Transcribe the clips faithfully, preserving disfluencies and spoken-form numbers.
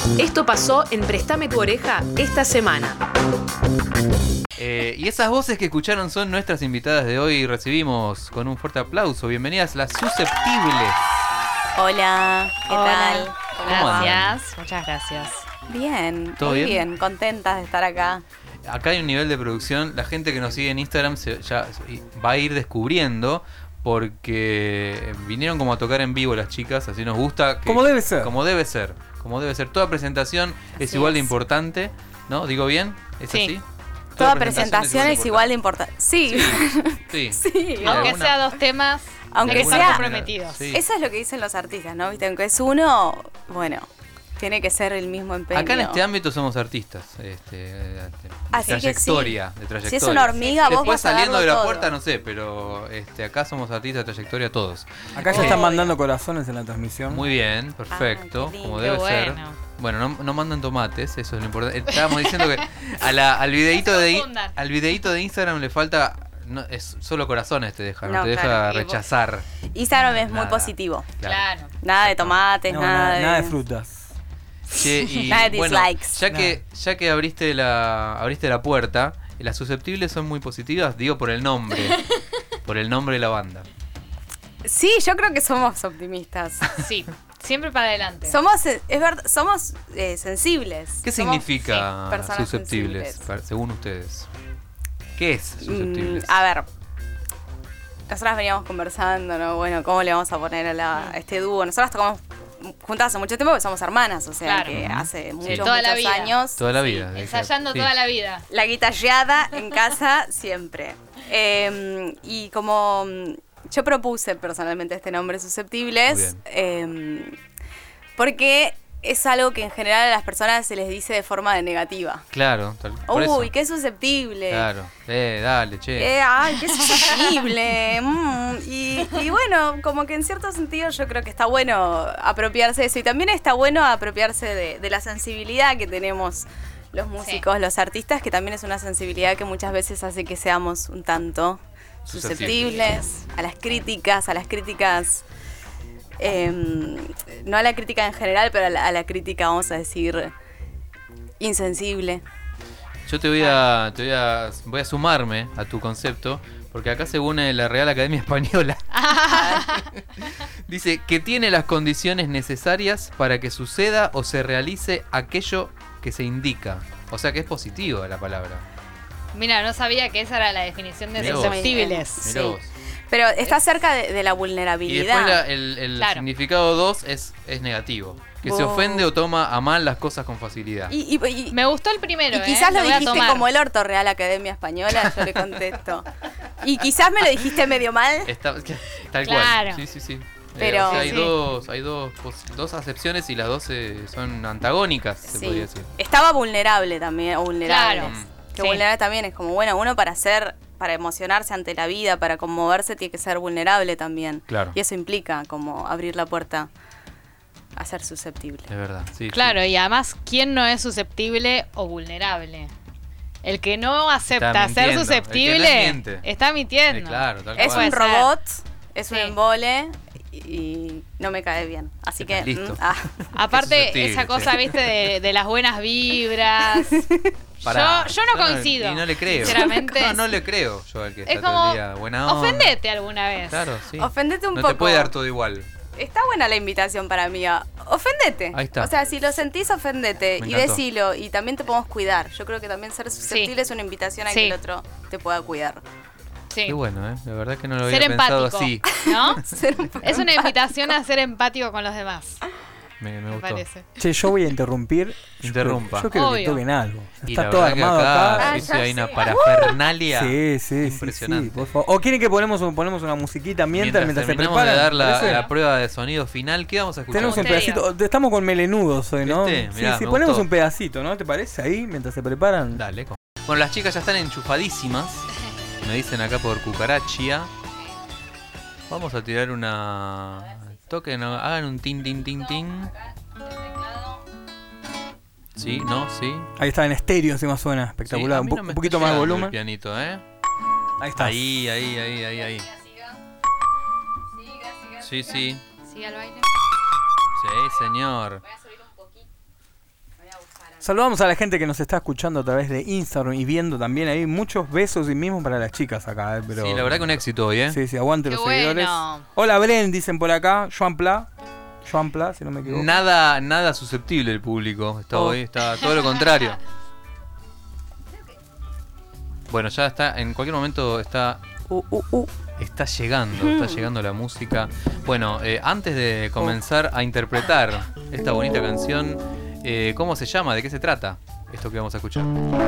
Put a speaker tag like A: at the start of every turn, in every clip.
A: Esto pasó en Préstame tu oreja esta semana.
B: Eh, y esas voces que escucharon son nuestras invitadas de hoy. Recibimos con un fuerte aplauso. Bienvenidas las susceptibles.
C: Hola, ¿qué
D: Hola.
C: tal?
D: Gracias, muchas gracias.
C: Bien,
B: ¿Todo
C: muy
B: bien?
C: bien, contentas de estar acá.
B: Acá hay un nivel de producción. La gente que nos sigue en Instagram se, ya va a ir descubriendo. Porque vinieron como a tocar en vivo las chicas. Así nos gusta que,
E: Como debe ser.
B: Como debe ser Como debe ser. Toda presentación es
C: Así
B: igual de
C: es.
B: importante, ¿no? ¿Digo bien? ¿Es
D: Sí.
B: así?
C: Toda presentación es igual de importante. Sí,
B: Sí.
C: sí.
B: de
D: Aunque
B: alguna-
D: sea dos temas,
C: Aunque
B: de
D: que
B: alguna
D: están
C: sea-
B: manera,
D: comprometidos.
B: sí.
C: Eso es lo que dicen los artistas, ¿no? ¿Viste? Aunque es uno, bueno, tiene que ser el mismo empeño.
B: Acá en este ámbito somos artistas. Este, de
C: Así que
B: trayectoria,
C: sí.
B: de trayectoria.
C: Si es una hormiga, vos
B: Después
C: vas a
B: saliendo de
C: darlo
B: la
C: todo.
B: puerta, no sé, pero este, acá somos artistas de trayectoria todos.
E: Acá ya
C: Obvio.
E: están mandando corazones en la transmisión.
B: Muy bien, perfecto,
C: Ah, qué lindo.
B: como
D: Qué
B: debe ser.
D: bueno.
B: Bueno, no, no mandan tomates, eso es lo importante. Estábamos diciendo que a la, al videíto de
D: confundan.
B: al videíto de Instagram le falta, no, es solo corazones te deja, no,
C: No,
B: te deja
C: claro.
B: rechazar.
C: Instagram es muy
B: Nada.
C: positivo.
D: Claro.
C: Nada de tomates,
E: No,
C: nada,
E: nada,
C: de...
E: nada de frutas.
B: Che, y
C: Nada de
B: bueno,
C: dislikes.
B: ya que ya que abriste la abriste la puerta, las susceptibles son muy positivas, digo por el nombre, por el nombre de la banda.
C: Sí, yo creo que somos optimistas.
D: Sí, siempre para adelante.
C: Somos, eh, es verdad, somos eh, sensibles.
B: ¿Qué
C: Somos,
B: significa
C: sí, personas
B: susceptibles,
C: sensibles.
B: para- según ustedes? ¿Qué es susceptibles?
C: Mm, a ver, nosotras veníamos conversando, ¿no? Bueno, ¿cómo le vamos a poner a, la- a este dúo? Nosotras tocamos juntas hace mucho tiempo porque somos hermanas, o sea,
D: Claro.
C: que
B: Ujú.
C: hace muchos,
D: toda la
C: muchos
D: vida.
C: años.
B: Toda la vida. de
D: Ensayando
B: que-
D: toda
B: sí.
D: la vida.
C: La guitarreada en casa siempre. Eh, y como mm, yo propuse personalmente este nombre, Susceptibles,
B: Muy bien.
C: eh, porque es algo que en general a las personas se les dice de forma de negativa.
B: Claro, tal, por
C: Uy,
B: eso.
C: qué susceptible.
B: Claro. Eh, dale, che.
C: Eh, ay, qué susceptible. Mm, y, y bueno, como que en cierto sentido yo creo que está bueno apropiarse de eso. Y también está bueno apropiarse de, de la sensibilidad que tenemos los músicos, los artistas, que también es una sensibilidad que muchas veces hace que seamos un tanto susceptibles a las críticas, a las críticas, eh, no a la crítica en general, pero a la, a la crítica, vamos a decir, insensible.
B: Yo te voy a, te voy a voy a sumarme a tu concepto, porque acá según eh, la Real Academia Española dice que tiene las condiciones necesarias para que suceda o se realice aquello que se indica. O sea que es positiva la palabra.
D: Mira, no sabía que esa era la definición de
B: Mirá vos.
D: susceptibles.
B: Mirá
C: Sí.
B: vos.
C: Pero está cerca de, de la
B: Y
C: vulnerabilidad.
B: después la- el, el
D: Claro.
B: significado dos es, es negativo. Que se
C: Wow.
B: ofende o toma a mal las cosas con facilidad.
C: Y, y- y-
D: Me gustó el primero,
C: y
D: ¿eh?
C: quizás lo
D: voy a
C: dijiste
D: tomar.
C: como el orto, Real Academia Española, yo le contesto. Y quizás me lo dijiste medio mal.
B: Está, tal
D: Claro.
B: cual. Sí, sí, sí.
C: Pero-
B: Eh, o sea, hay
D: Sí.
B: dos, hay dos, pos- dos acepciones y las dos eh, son antagónicas, se
C: Sí.
B: podría decir.
C: Estaba vulnerable también, o vulnerables.
D: Claro.
C: Que
D: Sí.
C: vulnerable también es como, bueno, uno para ser, para emocionarse ante la vida, para conmoverse, tiene que ser vulnerable también.
B: Claro.
C: Y eso implica como abrir la puerta a ser susceptible.
B: Es verdad, sí.
D: Claro,
B: sí.
D: y además, ¿quién no es susceptible o vulnerable? El que no acepta
B: Está
D: ser
B: mintiendo,
D: susceptible
B: el que no miente.
D: está mintiendo.
B: Eh, claro, tal
C: Es
B: cual.
C: un
D: Puede ser.
C: robot, es un
D: Sí.
C: embole y no me cae bien. Así que...
B: Listo.
C: mm, ah.
D: Aparte,
B: susceptible,
D: esa cosa,
B: sí.
D: viste, de, de las buenas vibras.
B: Pará,
D: yo, yo no coincido.
B: Y no le creo.
D: Sinceramente.
B: No, no le creo yo al que
D: Es
B: está todo
D: como,
B: el día buena onda.
D: ofendete alguna vez.
B: Claro, sí.
C: Ofendete un
B: no
C: poco.
B: te puede dar todo igual.
C: Está buena la invitación para mí. a- Ofendete.
B: Ahí está.
C: O sea, si lo sentís, ofendete.
B: Me
C: Y
B: encantó.
C: decilo. Y también te podemos cuidar. Yo creo que también ser susceptible
D: Sí.
C: es una invitación a
D: Sí.
C: que el otro te pueda cuidar.
D: Sí.
B: Qué bueno, ¿eh? La verdad que no lo
D: Ser
B: había pensado
D: empático,
B: así.
D: ¿no?
C: Ser un poco-
D: Es una invitación a ser empático con los demás,
B: Me, me
D: me
B: gustó.
D: parece.
E: Che, yo voy a interrumpir. Yo
B: Interrumpa.
E: creo- Yo creo que
D: Obvio.
E: toquen algo.
B: Y
E: Está
B: la
E: todo
B: verdad que
E: armado
B: acá,
E: acá.
C: Ah,
B: sí, sí,
C: ya
B: hay una
C: sé.
B: parafernalia
E: Sí, sí, sí,
B: impresionante.
E: sí, por favor. O quieren que ponemos, ponemos una musiquita mientras, mientras, se
B: terminamos
E: preparan.
B: de dar la,
E: ¿Parece?
B: la prueba de sonido final, ¿qué vamos a escuchar?
E: Tenemos un
D: Como usted
E: pedacito. Estamos con melenudos hoy, ¿no?
B: ¿Viste?
E: Sí,
B: Mirá,
E: sí,
B: me
E: ponemos
B: gustó.
E: un pedacito, ¿no? ¿Te parece? Ahí, mientras se preparan.
B: Dale. co- Bueno, las chicas ya están enchufadísimas. Me dicen acá por cucarachia. Vamos a tirar una... Toquen, hagan un tin, tin, tin, tin. Sí, no, sí.
E: Ahí está, en estéreo encima suena
B: Sí,
E: espectacular.
B: a
E: un,
B: mí
E: po-
B: no me
E: un
B: está
E: poquito más de
B: llegando
E: volumen.
B: el pianito, ¿eh?
E: Ahí está.
B: Ahí, ahí, ahí, ahí, ahí. Sí, sí.
D: ¿Sigue al baile?
B: Sí, señor.
E: Saludamos a la gente que nos está escuchando a través de Instagram y viendo también ahí. Muchos besos y mismos para las chicas acá. Eh, pero...
B: Sí, la verdad que un éxito hoy, ¿eh?
E: Sí, sí, aguante
D: Qué
E: los
D: bueno.
E: seguidores. Hola, Bren, dicen por acá. Joan Pla. Joan Pla, si no me equivoco.
B: Nada, nada susceptible el público. Está
E: Oh.
B: hoy, está todo lo contrario. Bueno, ya está, en cualquier momento está
C: Uh, uh, uh.
B: está llegando, está llegando la música. Bueno, eh, antes de comenzar a interpretar esta bonita canción, eh, ¿cómo se llama? ¿De qué se trata esto que vamos a escuchar?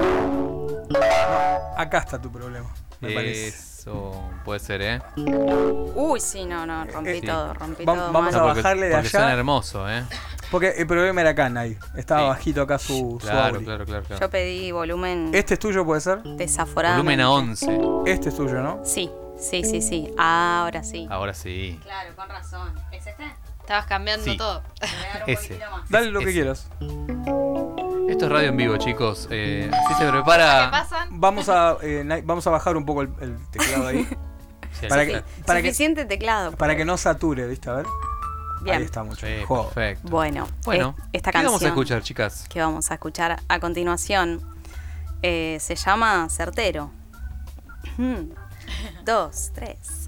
E: Acá está tu problema, me parece.
B: Eso puede ser, ¿eh?
C: Uy, sí, no, no, rompí
E: Eh,
C: todo, rompí
E: va-
C: todo.
E: vamos
C: mal.
E: a
B: porque,
E: bajarle de
B: porque
E: allá.
B: suena hermoso, ¿eh?
E: Porque el problema era acá, Nay. Estaba
B: Sí.
E: bajito acá su, su
B: Claro,
E: auri.
B: claro, claro, claro.
C: Yo pedí volumen
E: ¿Este es tuyo, puede ser?
C: desaforadamente.
B: Volumen a once.
E: Este es tuyo, ¿no?
C: Sí, sí, sí, sí. Ahora sí.
B: Ahora sí.
C: Claro, con razón. ¿Es este?
D: Estabas cambiando
B: Sí.
D: todo.
B: Ese.
E: Dale lo que
B: Ese.
E: quieras.
B: Esto es radio en vivo, chicos. Eh, así se
D: ¿Qué
B: prepara.
D: pasan?
E: Vamos a, eh, Nay, vamos a bajar un poco el, el teclado ahí.
B: Sí,
E: Para
B: sí,
E: que-
B: claro.
E: para que-
C: Suficiente teclado.
E: Para que no sature, ¿viste? A ver.
C: Bien.
E: Ahí está mucho
B: Sí,
E: mejor.
B: perfecto.
C: Bueno,
B: Bueno,
C: es- esta
B: ¿qué
C: canción
B: vamos a escuchar, chicas?
C: que vamos a escuchar a continuación eh, se llama Certero. Mm. Dos, tres.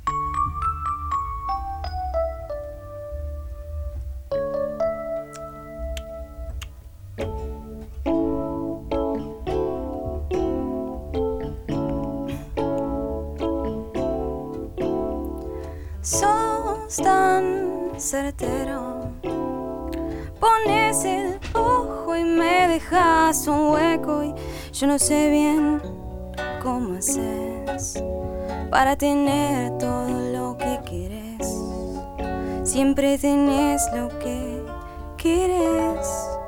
C: Sos tan certero, pones el ojo y me dejas un hueco y yo no sé bien cómo haces para tener todo lo que quieres. Siempre tenés lo que quieres.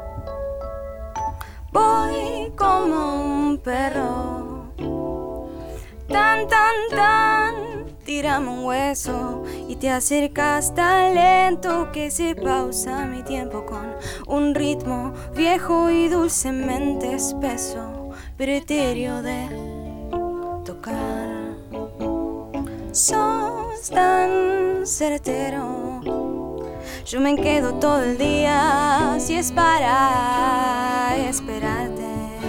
C: Voy como un perro, tan, tan, tan. Tírame un hueso y te acercas tan lento que se pausa mi tiempo con un ritmo viejo y dulcemente espeso, pero etéreo de tocar. Sos tan certero, yo me quedo todo el día si es para esperarte.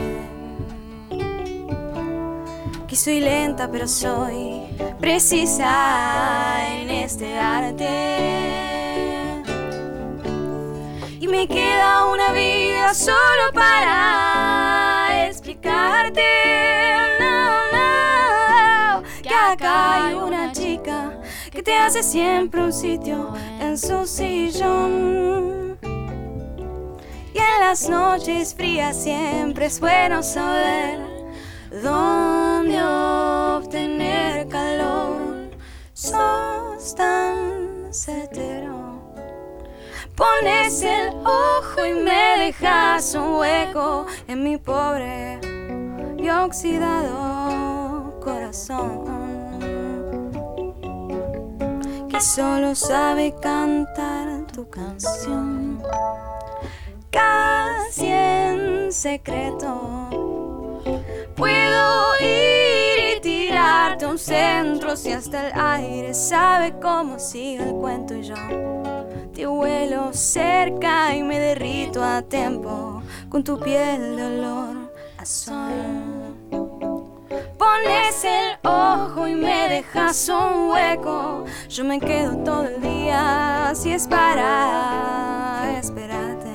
C: Que soy lenta pero soy precisa en este arte. Y me queda una vida solo para explicarte. No, no, que acá hay una chica que te hace siempre un sitio en su sillón. Y en las noches frías siempre es bueno saber dónde obtener calor. Sos tan certero, pones el ojo y me dejas un hueco en mi pobre y oxidado corazón, que solo sabe cantar tu canción, casi en secreto. Puedo ir y tirarte a un centro si hasta el aire sabe cómo sigue el cuento y yo te vuelo cerca y me derrito a tiempo con tu piel de olor a sol. Pones el ojo y me dejas un hueco, yo me quedo todo el día si es para esperarte.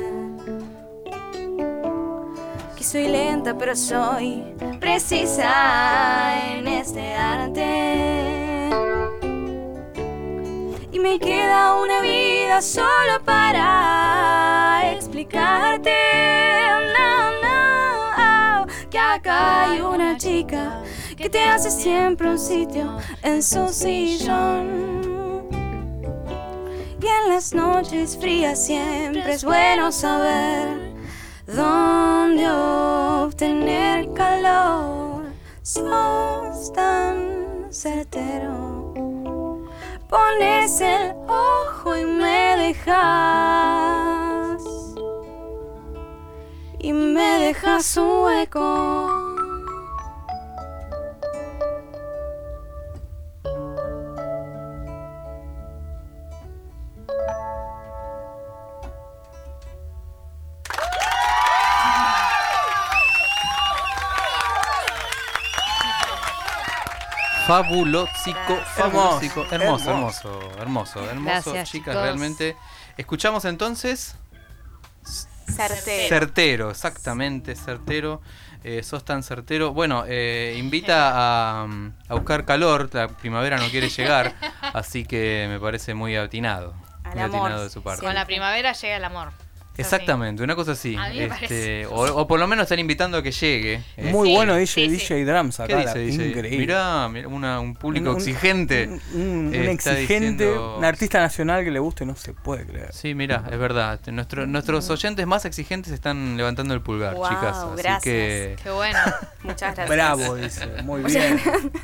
C: Soy lenta pero soy precisa en este arte. Y me queda una vida solo para explicarte. No, no, que acá hay una chica que te hace siempre un sitio en su sillón. Y en las noches frías siempre es bueno saber dónde obtener calor. Sos tan certero, pones el ojo y me dejas, y me dejas un hueco.
B: Fabulósico, fabulósico. Hermoso,
E: Hermoso.
B: hermoso, hermoso, hermoso,
D: Gracias,
B: chicas,
D: chicos.
B: realmente. Escuchamos entonces
C: Certero.
B: certero, exactamente, certero. Eh, sos tan certero. Bueno, eh, invita a, a buscar calor. La primavera no quiere llegar, así que me parece muy atinado.
C: Al
B: Muy
C: amor,
B: atinado de su parte.
D: Con la primavera llega el amor.
B: Exactamente, una cosa así.
D: A mí me
B: Este,
D: parece.
B: o, o por lo menos están invitando a que llegue. Eh,
E: Muy
D: Sí,
E: bueno dice
D: sí,
E: D
D: sí.
E: J Drums acá.
B: ¿Qué dice?
E: la-
B: Dice,
E: Increíble.
B: mirá, mirá, una- un público
E: Un- un-
B: exigente.
E: Un, un- un
B: está
E: exigente,
B: diciendo-
E: un artista nacional que le guste, no se puede creer.
B: Sí, mira, es verdad. Nuestro, nuestros oyentes más exigentes están levantando el pulgar,
C: Wow,
B: chicas. Así
C: gracias.
B: que,
D: Qué bueno.
C: Muchas gracias.
E: Bravo, dice. Muy bien.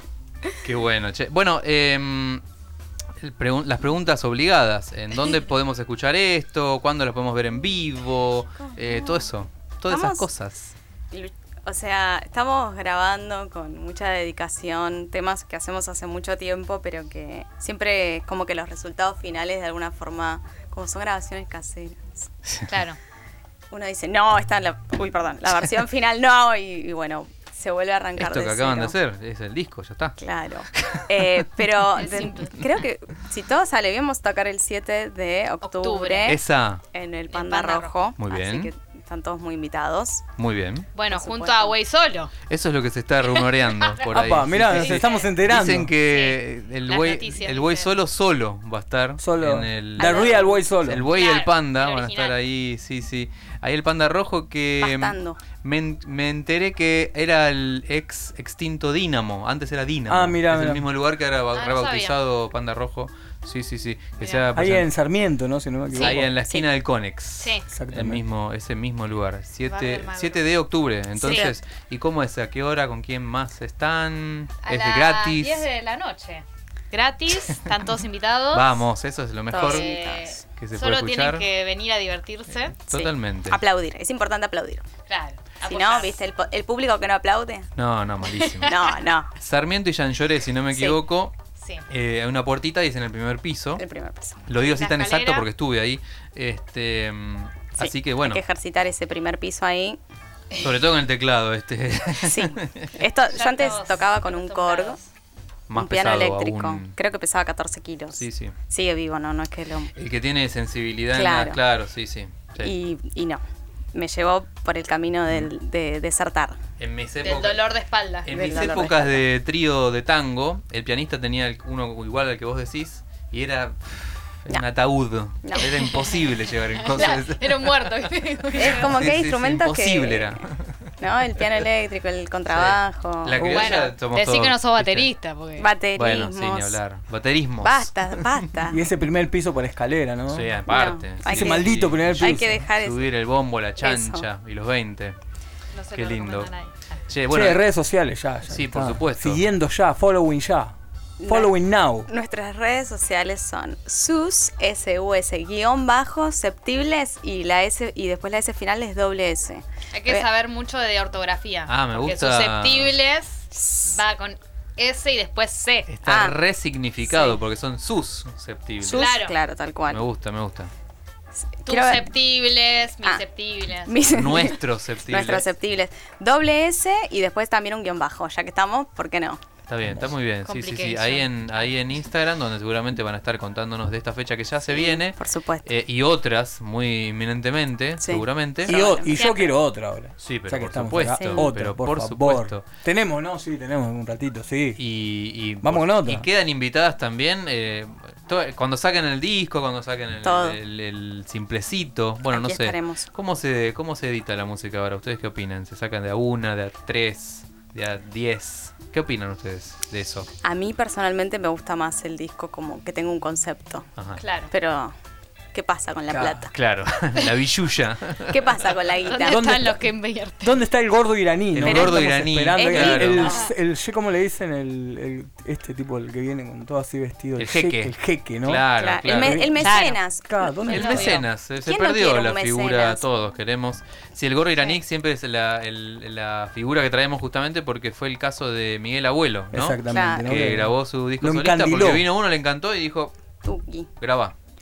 B: qué bueno. Che. Bueno, em, el pregun- las preguntas obligadas. ¿En dónde podemos escuchar esto? ¿Cuándo lo podemos ver en vivo? Eh, todo eso. Todas esas
C: Estamos-
B: cosas.
C: Lu- O sea, estamos grabando con mucha dedicación temas que hacemos hace mucho tiempo, pero que siempre como que los resultados finales de alguna forma, como son grabaciones caseras,
D: Claro.
C: uno dice, no, está en la... Uy, perdón, la versión final no, y, y bueno, se vuelve a arrancar
B: Esto
C: de
B: que acaban de
C: cero.
B: hacer es el disco, ya está.
C: Claro. Eh, pero
D: Es
C: de-
D: simple.
C: creo que si todo sale bien, vamos a tocar el siete de octubre,
D: Octubre.
B: Esa,
C: en el
D: El
C: Panda,
D: Panda
C: Rojo.
B: Rojo. Muy bien.
C: Así que están todos muy invitados.
B: muy bien.
D: Bueno,
C: Por
D: junto
C: supuesto.
D: a Güey Solo.
B: Eso es lo que se está rumoreando por ahí.
E: Apa, mirá,
B: Sí,
E: nos
B: sí.
E: estamos enterando.
B: Dicen que el
D: Las
B: buey
D: noticias
B: el buey
D: dicen.
B: solo solo va a estar
E: Solo.
B: en el
E: The Real Boy solo.
B: el buey y el
D: Claro,
B: panda
D: el
B: van a
D: original.
B: estar ahí, sí, sí. Ahí el panda rojo que
C: Pastando.
B: me, en- me enteré que era el ex extinto Dínamo, antes era Dínamo.
E: Ah, mirá,
B: es
E: mirá.
B: el mismo lugar que ahora
D: Ah,
B: ba-
D: no
B: rebautizado Panda Rojo. Sí, sí, sí. Que
D: Mirá.
B: se ha
E: Ahí
B: present-
E: en Sarmiento, ¿no? Si no me equivoco.
B: ahí en la esquina del Conex.
D: Sí.
E: Exactamente.
B: El mismo, ese mismo lugar.
D: Barrio
B: siete,
D: del Magro.
B: siete de octubre. Entonces, ¿y cómo es? ¿A qué hora? ¿Con quién más están?
D: A
B: ¿Es de
D: las
B: gratis?
D: diez de la noche. Gratis, están todos invitados.
B: Vamos, eso es lo mejor
C: Todos
D: Eh,
B: que se puede
D: solo
B: escuchar.
D: tienen que venir a divertirse.
B: Totalmente.
C: Aplaudir, es importante aplaudir.
D: Claro.
C: Si
D: apoyar.
C: no, ¿viste? El, po- el público que no aplaude.
B: No, no, malísimo.
C: No, no.
B: Sarmiento y Llanlloré, si no me
C: Sí.
B: equivoco,
D: Sí.
B: eh, hay una puertita y es en el primer piso.
C: El primer paso.
B: Lo digo así
D: La
B: tan
D: escalera.
B: exacto porque estuve ahí. Este, mm,
C: Sí,
B: así que bueno,
C: Hay que ejercitar ese primer piso ahí.
B: sobre todo con el teclado, este,
C: Sí. Esto,
D: Ya
C: yo antes
D: estamos
C: tocaba con un Korg,
D: acostumbrados.
B: más
C: un piano
B: pesado
C: eléctrico.
B: aún.
C: Creo que pesaba catorce kilos.
B: Sí, sí.
C: Sigue vivo, ¿no? No es que lo...
B: El que tiene sensibilidad en
C: Claro.
B: la, claro, sí, sí. sí.
C: Y, y no. Me llevó por el camino del, de desertar.
B: En mis
D: Del
B: épocas,
D: dolor de espalda.
B: en
C: del
B: mis
C: dolor de
B: épocas
C: espalda.
B: de trío de tango, el pianista tenía el- uno igual al que vos decís y era un
C: No.
B: ataúd.
C: No.
B: Era imposible llevar en cosas.
D: Era un muerto.
C: Es como
B: Sí,
C: que hay
B: sí, sí,
C: instrumentos
B: imposible
C: que...
B: era.
C: ¿No? El piano eléctrico, el contrabajo.
B: La criolla
D: Bueno,
B: somos
D: decí
B: todos,
D: que no sos
B: ¿viste?
D: baterista. Porque...
C: Baterismos.
B: Bueno, sí, ni hablar. Baterismos.
C: Basta, basta.
E: Y ese primer piso por escalera, ¿no?
B: Sí, aparte.
C: No,
B: Sí,
C: hay
E: Ese
C: que-
E: maldito primer piso.
C: Hay que dejar eso.
B: Subir el bombo, la chancha y los veinte.
D: No se
B: Qué
D: lo
B: lindo.
D: recomiendo a nadie.
B: Che,
E: Che,
B: bueno,
E: redes sociales ya. ya
B: Sí, por
E: está.
B: supuesto.
E: Siguiendo ya, following ya. Following now.
C: Nuestras redes sociales son sus, S U S, guión bajo, septibles y la S y después la S final es doble S.
D: Hay que
C: Re-
D: saber mucho de ortografía.
B: Ah, me
D: porque
B: gusta.
D: susceptibles va con S y después C.
B: está
C: Ah,
B: resignificado
C: sí.
B: porque son susceptibles.
C: Sus,
D: Claro.
C: claro, tal cual.
B: Me gusta, me gusta.
C: Quiero ver-
D: Susceptibles,
C: Ah.
D: misceptibles.
C: Mis-
B: Nuestros septibles.
C: Nuestros septibles. Doble S y después también un guión bajo. Ya que estamos, ¿por qué no?
B: Está bien, está muy bien. Sí, sí, sí.
D: Complication.
B: Ahí en, ahí en Instagram, donde seguramente van a estar contándonos de esta fecha que ya se viene.
C: Por supuesto.
B: eh, y otras, muy inminentemente,
C: Sí.
B: seguramente.
E: Y, o- y yo
D: Siempre.
E: quiero otra ahora.
B: Sí, pero
E: Ya que
B: por
E: estamos
B: supuesto,
E: acá,
C: Sí.
E: otra,
B: pero
E: por,
B: por
E: favor.
B: supuesto.
E: Tenemos, ¿no? Sí, tenemos un ratito, sí.
B: Y, y-
E: Vamos con otra.
B: Y quedan invitadas también. eh, to- cuando saquen el disco, cuando saquen el,
C: Todo.
B: el- el simplecito. Bueno,
C: Aquí
B: no sé.
C: estaremos.
B: ¿Cómo se, ¿Cómo se edita la música ahora? ¿Ustedes qué opinan? ¿Se sacan de a una, de a tres, de a diez? ¿Qué opinan ustedes de eso?
C: A mí personalmente me gusta más el disco como que tenga un concepto.
B: Ajá.
D: Claro.
C: Pero, ¿qué pasa con la
E: Claro.
C: plata?
B: Claro, la billulla.
C: ¿Qué pasa con la
D: ¿Dónde,
C: guita?
E: ¿Dónde
D: están
E: está?
D: los que invierten?
E: ¿Dónde está el gordo iraní?
B: El
E: no?
B: gordo
E: Estamos
B: iraní,
E: esperando
C: es
E: el, el,
C: lindo.
E: el- el- ¿cómo le dicen? El, el- este tipo, el que viene con todo así vestido.
B: El jeque.
E: El jeque, ¿no?
B: Claro,
C: Claro,
B: claro.
C: El, me- el mecenas.
E: Claro, ¿dónde
B: El
E: está?
B: mecenas, se, se
C: ¿Quién no
B: perdió
C: quiere
B: la
C: un
B: figura,
C: mecenas?
B: todos queremos. Si el gordo iraní siempre es la, el- la figura que traemos justamente porque fue el caso de Miguel Abuelo, ¿no?
E: Exactamente.
C: Claro.
E: ¿no?
B: Que grabó su disco
E: Lo
B: solista
E: encandiló.
B: porque vino uno, le encantó y dijo,
C: Tuki.
B: graba.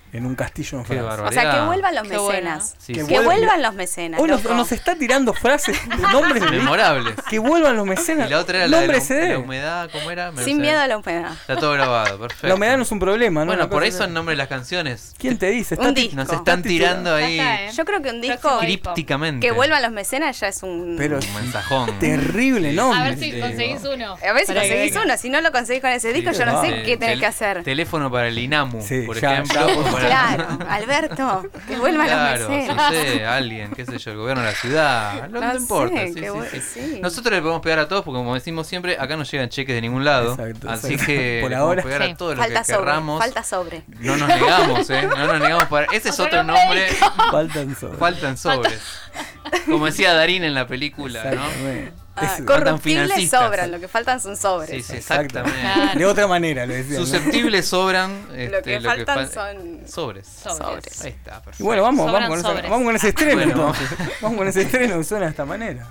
E: en un castillo en
B: Qué
E: Francia.
B: barbaridad.
C: O sea, que vuelvan los
D: Qué bueno.
C: mecenas.
B: Sí,
E: Que
B: sí.
C: Que
E: vuel-
C: vuelvan los mecenas.
E: Hoy nos,
C: loco.
E: nos está tirando frases, nombres de
B: Memorables.
E: que vuelvan los mecenas.
B: Y la otra era la de
E: Nombre
B: la,
E: se
B: de la
E: dé.
B: humedad, ¿cómo era? Me
C: Sin
B: lo sé.
C: miedo a la humedad.
B: Está todo grabado, perfecto.
E: La humedad no es un problema, ¿no?
B: Bueno,
E: Una
B: por
E: cosa
B: eso el
E: que-
B: nombre de las canciones.
E: ¿Quién te dice?
C: Un
E: Está ti-
C: disco.
B: Nos están tirando ahí
D: Ya está, ¿eh?
C: Yo creo que un disco
D: Próximo disco.
B: crípticamente.
C: que vuelvan los mecenas ya es un...
E: Pero
B: Un mensajón.
E: terrible nombre.
D: A ver si
B: Sí,
D: conseguís uno.
C: A ver si
D: Para que
C: conseguís
D: venga.
C: uno. Si no lo conseguís con ese disco,
B: Sí,
C: yo no sé
B: eh,
C: qué tenés
B: tel-
C: que hacer.
B: Teléfono para el INAMU,
E: Sí,
B: por
E: ya,
B: ejemplo.
E: ya,
B: o para-
C: Claro, Alberto, que vuelvan
B: Claro,
C: los
B: no
C: mecenas.
B: sé, alguien, qué sé yo, el gobierno de la ciudad, lo que
C: No
B: no importa.
C: sé,
B: sí,
C: qué
B: sí,
C: bu-
B: sí.
C: sí.
B: Nosotros le podemos pegar a todos porque, como decimos siempre, acá no llegan cheques de ningún lado.
E: Exacto,
B: así
E: exacto.
B: que
E: Por
B: le
E: ahora.
B: podemos pegar
D: Sí.
B: a todos los
C: Falta
B: que
C: sobre,
B: querramos.
C: falta sobre.
B: No nos negamos, ¿eh? No nos negamos para. Ese es otro nombre.
E: Faltan sobres.
B: Faltan sobres. Como decía Darín en la película, ¿no?
E: Exactamente.
C: Ah,
E: Es-
B: faltan
C: corruptibles
B: financistas.
C: sobran, lo que faltan son sobres.
B: Sí, sí,
E: Exacto.
B: exactamente.
D: Claro.
E: De otra manera lo decía. ¿no?
B: Susceptibles sobran.
C: Lo
B: este,
C: que faltan
B: fal-
C: son
B: sobres.
C: sobres.
B: Ahí está, perfecto.
E: Y bueno, vamos,
D: Sobran
E: vamos, con ese,
D: sobres.
E: vamos con ese estreno
B: Bueno.
E: entonces. Vamos con ese estreno que suena de esta manera.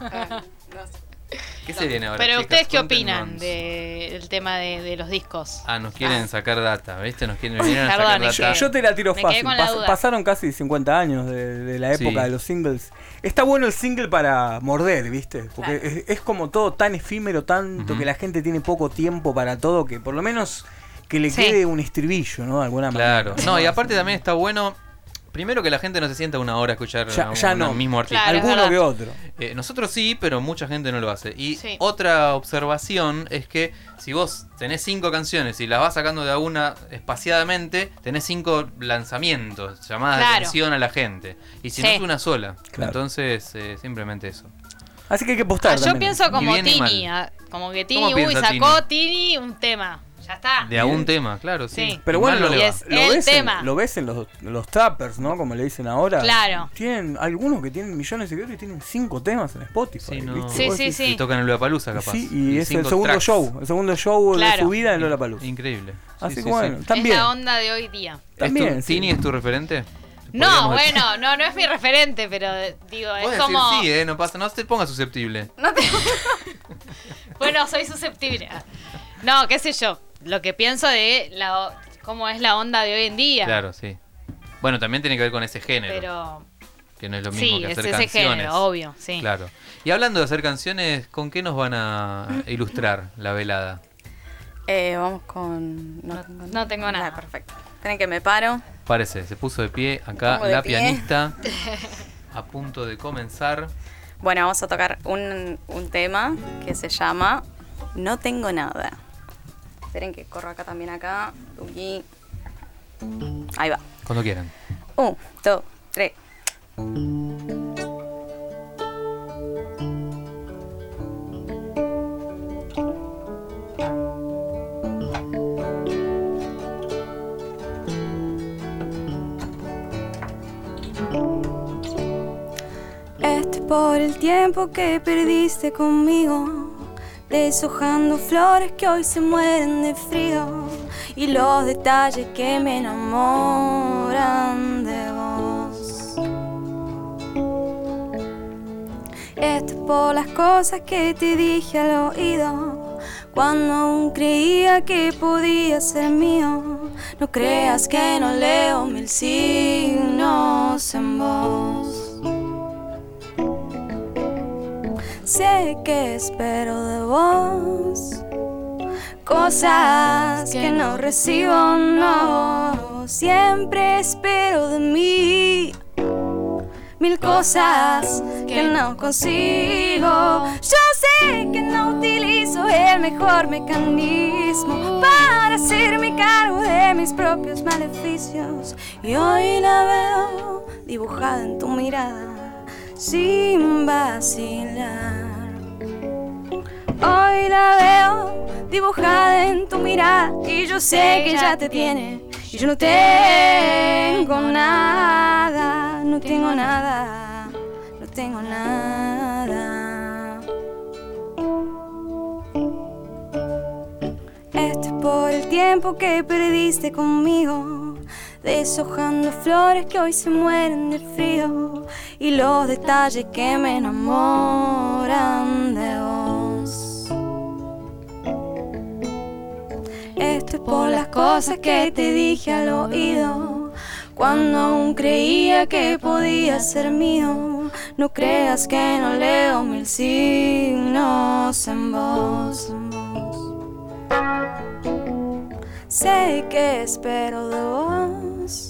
B: ¿Qué se viene ahora?
D: Pero
B: chicas?
D: ustedes qué
B: Cuéntenos.
D: opinan de- del tema de, de los discos.
B: Ah, nos quieren sacar data, ¿viste? Nos quieren vinieron a
D: Perdón,
B: sacar
D: es
B: data.
D: que-
E: Yo te la tiro
D: Me
E: fácil.
D: quedé con la
E: Pas-
D: duda.
E: pasaron casi cincuenta años de, de la época
B: Sí.
E: de los singles. Está bueno el single para morder, ¿viste? Porque
C: Claro.
E: es, es como todo tan efímero, tanto
B: Ujú.
E: que la gente tiene poco tiempo para todo, que por lo menos que le
D: Sí.
E: quede un estribillo, ¿no? De alguna
B: Claro.
E: manera.
B: No, y aparte también está bueno. Primero que la gente no se sienta una hora a escuchar
E: Ya-
B: a un,
E: ya
B: a un
E: no.
B: mismo artista.
D: Claro, es
E: Alguno
D: verdad.
E: que otro.
B: Eh, nosotros sí, pero mucha gente no lo hace. Y
D: Sí.
B: otra observación es que si vos tenés cinco canciones y las vas sacando de a una espaciadamente, tenés cinco lanzamientos, llamadas de
D: Claro.
B: atención a la gente. Y si
D: Sí.
B: no es una sola.
E: Claro.
B: Entonces, eh, simplemente eso.
E: Así que hay que postar
D: Ah, yo
E: también.
D: pienso como
B: Ni bien ni
D: Tini,
B: mal.
D: ah, como que
B: ¿Cómo
D: Tini, uy,
B: piensa
D: sacó Tini un tema. Ya está.
B: De a un tema, claro, sí.
D: Sí.
E: Pero
B: Y
E: bueno,
B: mal no
E: lo,
B: le va.
D: es
E: lo
D: el
E: ves en,
D: tema.
E: lo ves en los, los trappers, ¿no? Como le dicen ahora.
D: Claro.
E: Tienen algunos que tienen millones de seguidores y tienen cinco temas en Spotify.
B: Sí, no.
E: ¿viste?
D: Sí,
E: Vos
D: sí,
E: decís,
D: sí.
B: Y tocan en Lollapalooza, capaz.
E: Sí, y es el
B: cinco
E: segundo
B: tracks.
E: show, el segundo show de
D: Claro.
E: su vida en Lollapalooza.
B: Increíble. Sí,
E: Así
B: sí,
E: que bueno,
B: sí.
E: también.
D: Es la onda de hoy día.
B: ¿Es tu-
E: También, sí.
B: ¿Tini es tu referente?
D: No,
B: Podríamos-
D: bueno, no, no es mi referente, pero eh, digo,
B: Puedes
D: es
B: decir
D: como.
B: sí, eh, no pasa, no te pongas susceptible.
D: Bueno, soy susceptible. No, qué sé yo. Lo que pienso de la, cómo es la onda de hoy en día.
B: Claro, sí. Bueno, también tiene que ver con ese género,
D: Pero
B: que no es lo mismo
D: sí,
B: que
D: es
B: hacer
D: ese
B: canciones.
D: género, obvio, sí.
B: Claro. Y hablando de hacer canciones, ¿con qué nos van a ilustrar la velada?
C: Eh, vamos con...
D: No- no tengo nada.
C: Ah, perfecto. Tienen que me paro.
B: Parece, se puso de pie acá
C: Pongo de
B: la
C: pie.
B: pianista, a punto de comenzar.
C: Bueno, vamos a tocar un, un tema que se llama No tengo nada. Esperen que corro acá también acá. Uy. Ahí va.
B: Cuando quieran.
C: Un, dos, tres. Este por el tiempo que perdiste conmigo, deshojando flores que hoy se mueren de frío, y los detalles que me enamoran de vos. Esto es por las cosas que te dije al oído, cuando aún creía que podía ser mío. No creas que no leo mil signos en vos. Sé que espero de vos cosas que no recibo, no. Siempre espero de mí mil cosas que no consigo. Yo sé que no utilizo el mejor mecanismo para hacerme cargo de mis propios maleficios. Y hoy la veo dibujada en tu mirada, sin vacilar. Hoy la veo dibujada en tu mirada y yo sé que ya te tiene. Y yo no tengo nada, no tengo nada, no tengo nada. Esto es por el tiempo que perdiste conmigo, deshojando flores que hoy se mueren de frío, y los detalles que me enamoran de vos. Esto es por las cosas que te dije al oído, cuando aún creía que podía ser mío. No creas que no leo mil signos en vos, en vos. Sé que espero de vos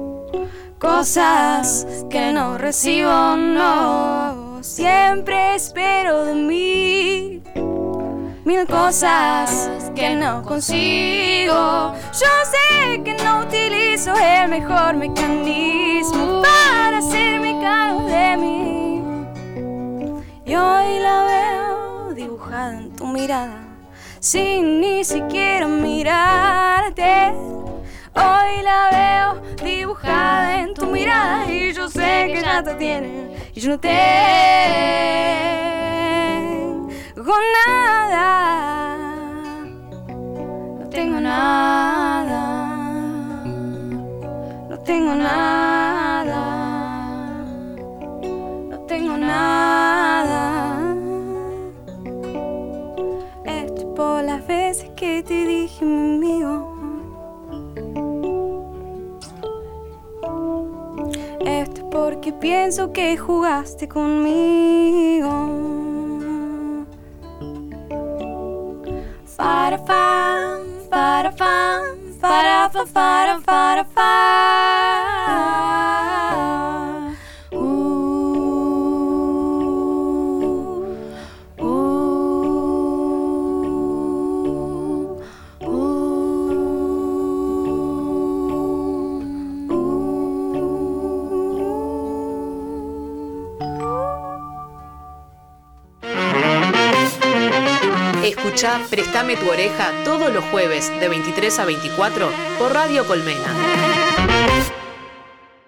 C: cosas que no recibo, no. Siempre espero de mí mil cosas que no consigo. Yo sé que no utilizo el mejor mecanismo para hacerme cargo de mí. Y hoy la veo dibujada en tu mirada, sin ni siquiera mirarte. Hoy la veo dibujada en tu mirada y yo sé que ya te tienen y yo no tengo nada, no tengo nada, no tengo nada, no tengo nada. Esto es por las veces que te dije mi amigo. Esto es porque pienso que jugaste conmigo. Fara fan, fara fan, fara fa, fara fara fa. Uh, uh, uh,
A: Escuchá Préstame tu oreja todos los jueves de veintitrés a veinticuatro por Radio Colmena.